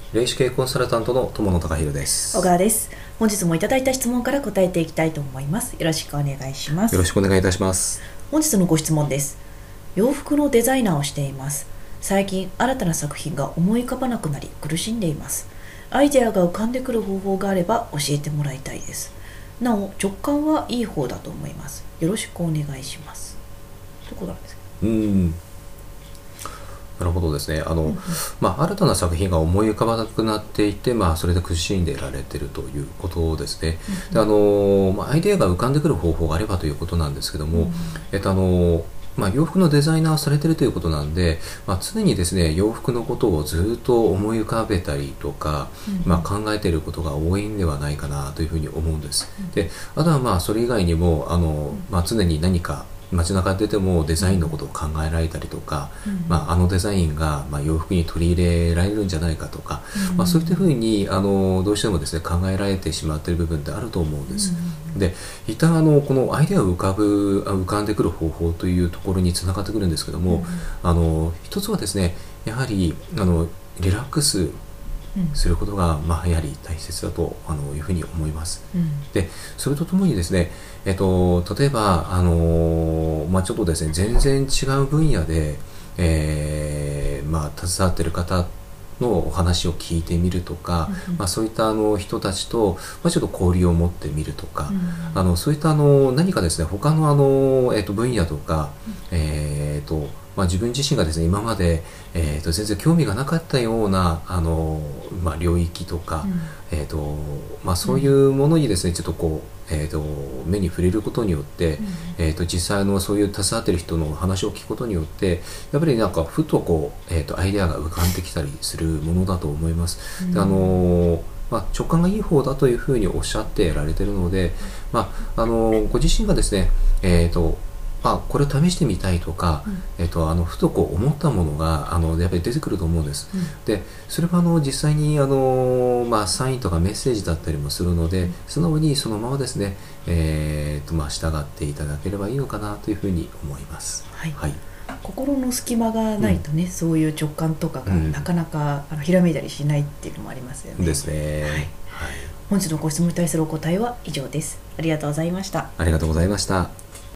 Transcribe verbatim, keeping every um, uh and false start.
霊視系コンサルタントの友野隆弘です。 小川です。本日もいただいた質問から答えていきたいと思います。よろしくお願いします。 よろしくお願いいたします。 本日のご質問です。洋服のデザイナーをしています。最近新たな作品が思い浮かばなくなり苦しんでいます。アイデアが浮かんでくる方法があれば教えてもらいたいです。なお直感はいい方だと思います。よろしくお願いします。ということなんですか。 うーんなるほどですね。あの、 うんうんまあ、新たな作品が思い浮かばなくなっていて、まあ、それで苦しんでられているということですね。 うんであのまあ、アイデアが浮かんでくる方法があればということなんですけども、 うんえっとあのまあ、洋服のデザイナーをされているということなんで、まあ、常にですね洋服のことをずっと思い浮かべたりとか、 うんまあ、考えていることが多いんではないかなというふうに思うんです。 うんであとはまあそれ以外にもあの、まあ、常に何か街中で出てもデザインのことを考えられたりとか、 うんまあ、あのデザインがまあ洋服に取り入れられるんじゃないかとか、 うんまあ、そういったふうにあのどうしてもですね考えられてしまっている部分ってあると思うんです。で一旦あのこのアイデアを浮かぶ浮かんでくる方法というところにつながってくるんですけども、あの一つはですねやはりあのリラックスうんすることが、まあ、やはり大切だとあのいうふうに思います。 うんでそれとともにですね、えっと、例えば、あのまあ、ちょっとですね全然違う分野で、えーまあ、携わっている方のお話を聞いてみるとか、 うんまあ、そういったあの人たちと、まあ、ちょっと交流を持ってみるとか、 うんあのそういったあの何かですね他のあの、えっと、分野とか、えーとまあ、自分自身がですね今まで、えーと全然興味がなかったようなあの、まあ、領域とか、えーとまあ、そういうものにですねちょっとこう、えーと目に触れることによって、えーと実際のそういう携わっている人の話を聞くことによってやっぱりなんかふとこう、えーとアイデアが浮かんできたりするものだと思います。であのーまあ、直感がいい方だというふうにおっしゃってられているので、まああのーご自身がですね、えーとまあ、これを試してみたいとか、 うんえっと、あのふとこう思ったものがあのやっぱり出てくると思うんです。 うんでそれはあの実際にあの、まあ、サインとかメッセージだったりもするので、 うん、 素直にそのままですね、えーとまあ、従っていただければいいのかなというふうに思います。 はいはい、 心の隙間がないとね、そういう直感とかがうんなかなかあのひらめいたりしないっていうのもありますよね。 ですね。 はいはい、 本日のご質問に対するお答えは以上です。ありがとうございました。 ありがとうございました。